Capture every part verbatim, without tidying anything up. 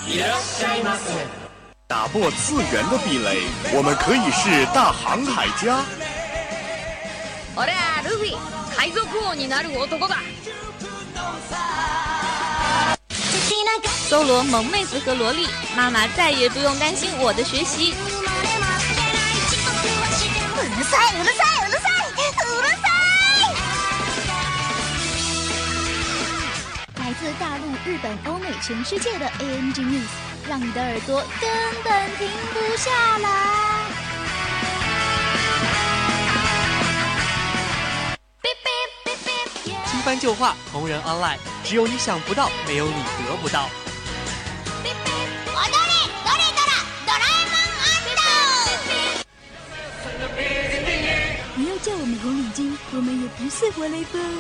打破次元的壁垒，我们可以是大航海家。 俺はルフィ、海賊王になる男だ。 搜罗萌妹子和萝莉，妈妈再也不用担心我的学习。 うるさいうるさいうるさいうるさい！来自大陆、日本、欧美、全世界的 A M G News， 让你的耳朵根本停不下来。 新番旧话，同人 online， 只有你想不到，没有你得不到。 不要叫我们红领巾，我们也不是活雷锋。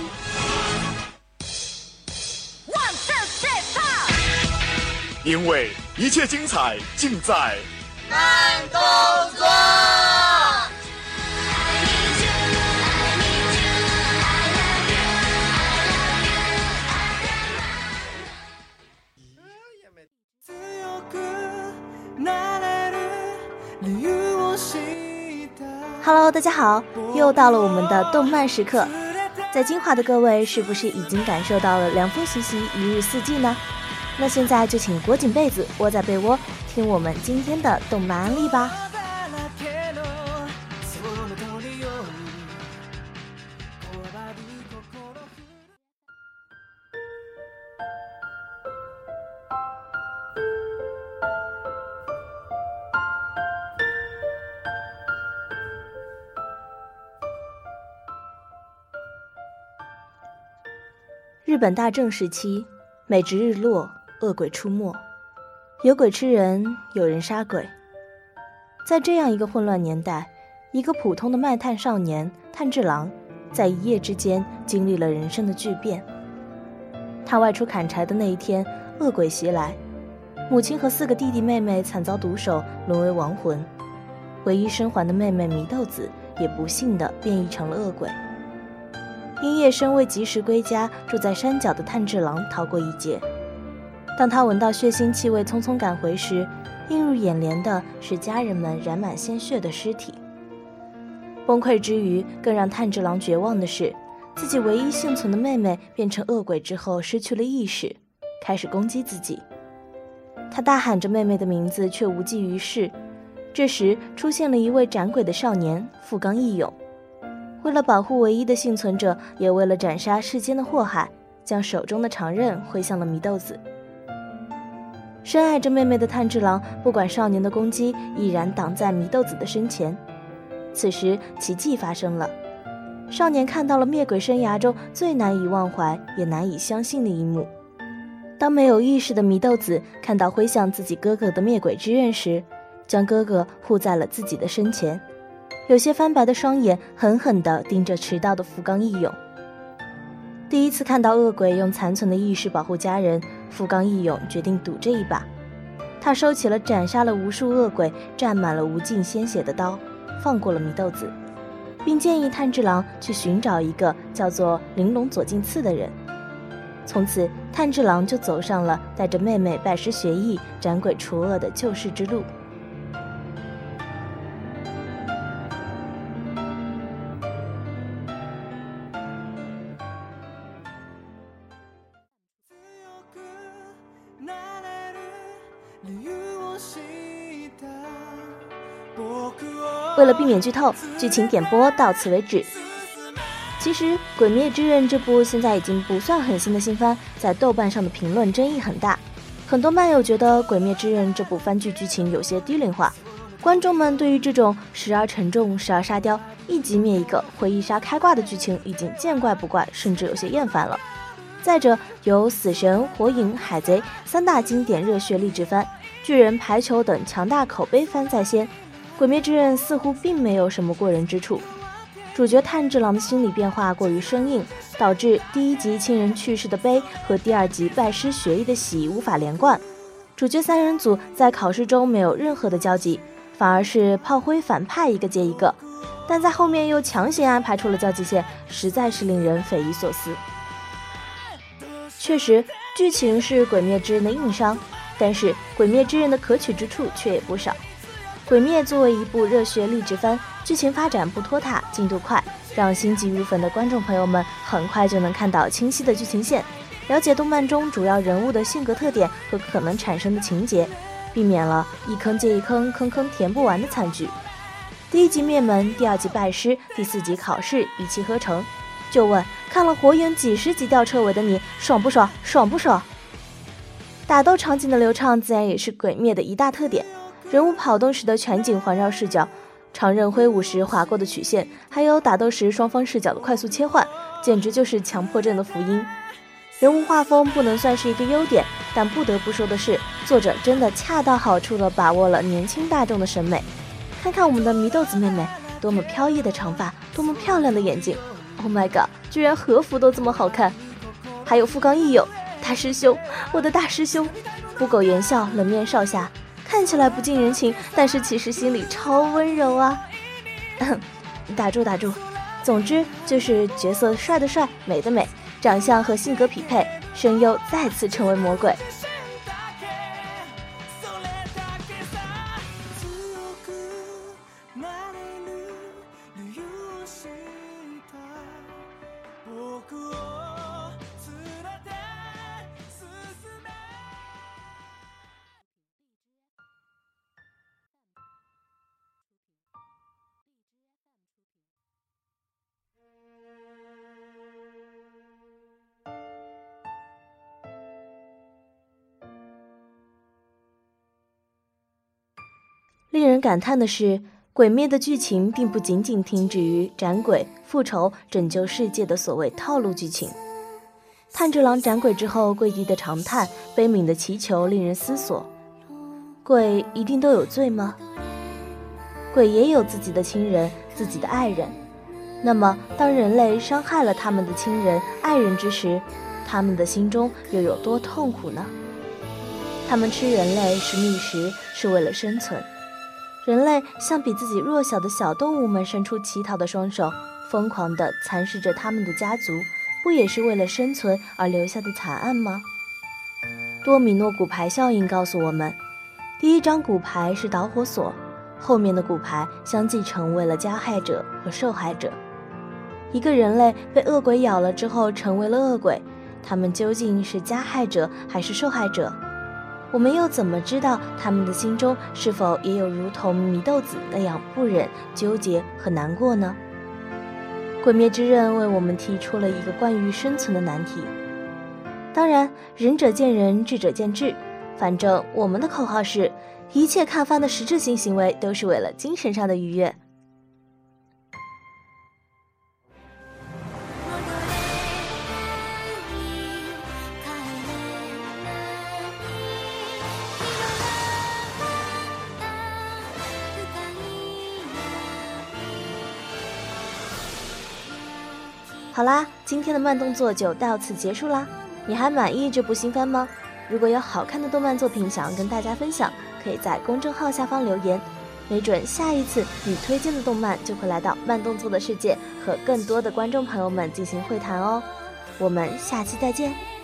因为一切精彩尽在慢动作。 Hello， 大家好，又到了我们的动漫时刻。在金华的各位，是不是已经感受到了凉风习习，一日四季呢？那现在就请裹紧被子，窝在被窝，听我们今天的动漫案例吧。日本大正时期，每值日落，恶鬼出没，有鬼吃人，有人杀鬼。在这样一个混乱年代，一个普通的卖炭少年炭治郎，在一夜之间经历了人生的巨变。他外出砍柴的那一天，恶鬼袭来，母亲和四个弟弟妹妹惨遭毒手，沦为亡魂。唯一生还的妹妹祢豆子，也不幸地变异成了恶鬼。因夜深未及时归家，住在山脚的炭治郎逃过一劫。当他闻到血腥气味，匆匆赶回时，映入眼帘的是家人们染满鲜血的尸体。崩溃之余，更让炭治郎绝望的是，自己唯一幸存的妹妹变成恶鬼之后失去了意识，开始攻击自己。他大喊着妹妹的名字，却无济于事。这时出现了一位斩鬼的少年富冈义勇。为了保护唯一的幸存者，也为了斩杀世间的祸害，将手中的长刃挥向了祢豆子。深爱着妹妹的炭治郎不管少年的攻击，毅然挡在祢豆子的身前。此时奇迹发生了，少年看到了灭鬼生涯中最难以忘怀也难以相信的一幕。当没有意识的祢豆子看到挥向自己哥哥的灭鬼之刃时，将哥哥护在了自己的身前，有些翻白的双眼狠狠地盯着迟到的富冈义勇。第一次看到恶鬼用残存的意识保护家人，富冈义勇决定赌这一把。他收起了斩杀了无数恶鬼、沾满了无尽鲜血的刀，放过了祢豆子，并建议炭治郎去寻找一个叫做玲珑左近次的人。从此，炭治郎就走上了带着妹妹拜师学艺、斩鬼除恶的救世之路。为了避免剧透，剧情点播到此为止。其实《鬼灭之刃》这部现在已经不算很新的新番，在豆瓣上的评论争议很大，很多漫友觉得《鬼灭之刃》这部番剧剧情有些低龄化，观众们对于这种时而沉重时而沙雕，一击灭一个会一杀开挂的剧情已经见怪不怪，甚至有些厌烦了。再者，有死神、火影、海贼三大经典热血励志番，巨人、排球等强大口碑番在先，《鬼灭之刃》似乎并没有什么过人之处。主角炭治郎的心理变化过于生硬，导致第一集亲人去世的悲和第二集拜师学艺的喜无法连贯。主角三人组在考试中没有任何的交集，反而是炮灰反派一个接一个，但在后面又强行安排出了交集线，实在是令人匪夷所思。确实，剧情是《鬼灭之刃》的硬伤， 但是《鬼灭之刃》的可取之处却也不少。《鬼灭》作为一部热血励志番，剧情发展不拖沓，进度快，让心急如焚的观众朋友们很快就能看到清晰的剧情线，了解动漫中主要人物的性格特点和可能产生的情节，避免了一坑接一坑，坑坑填不完的惨剧。第一集灭门，第二集拜师，第四集考试，一气呵成。就问看了火影几十集吊车尾的你，爽不爽？爽不爽？打斗场景的流畅自然也是鬼灭的一大特点，人物跑动时的全景环绕视角，长刃挥舞时划过的曲线，还有打斗时双方视角的快速切换，简直就是强迫症的福音。人物画风不能算是一个优点，但不得不说的是，作者真的恰到好处地把握了年轻大众的审美。看看我们的祢豆子妹妹，多么飘逸的长发，多么漂亮的眼睛， Oh my god， 居然和服都这么好看。还有富冈义勇，大师兄，我的大师兄，不苟言笑，冷面少侠，看起来不近人情，但是其实心里超温柔啊。打住打住，总之就是角色帅的帅，美的美，长相和性格匹配，声优再次成为魔鬼。令人感叹的是，鬼灭的剧情并不仅仅停止于斩鬼、复仇、拯救世界的所谓套路剧情。炭治郎斩鬼之后跪地的长叹，悲悯的祈求，令人思索：鬼一定都有罪吗？鬼也有自己的亲人，自己的爱人。那么，当人类伤害了他们的亲人、爱人之时，他们的心中又有多痛苦呢？他们吃人类是觅食，是为了生存。人类向比自己弱小的小动物们伸出乞讨的双手，疯狂地蚕食着他们的家族，不也是为了生存而留下的惨案吗？多米诺骨牌效应告诉我们，第一张骨牌是导火索，后面的骨牌相继成为了加害者和受害者。一个人类被恶鬼咬了之后成为了恶鬼，他们究竟是加害者还是受害者？我们又怎么知道他们的心中是否也有如同祢豆子那样不忍、纠结和难过呢？鬼灭之刃为我们提出了一个关于生存的难题。当然，仁者见仁，智者见智，反正我们的口号是，一切看番的实质性行为都是为了精神上的愉悦。好啦，今天的慢动作就到此结束啦。你还满意这部新番吗？如果有好看的动漫作品想要跟大家分享，可以在公众号下方留言，没准下一次你推荐的动漫就会来到慢动作的世界，和更多的观众朋友们进行会谈哦。我们下期再见。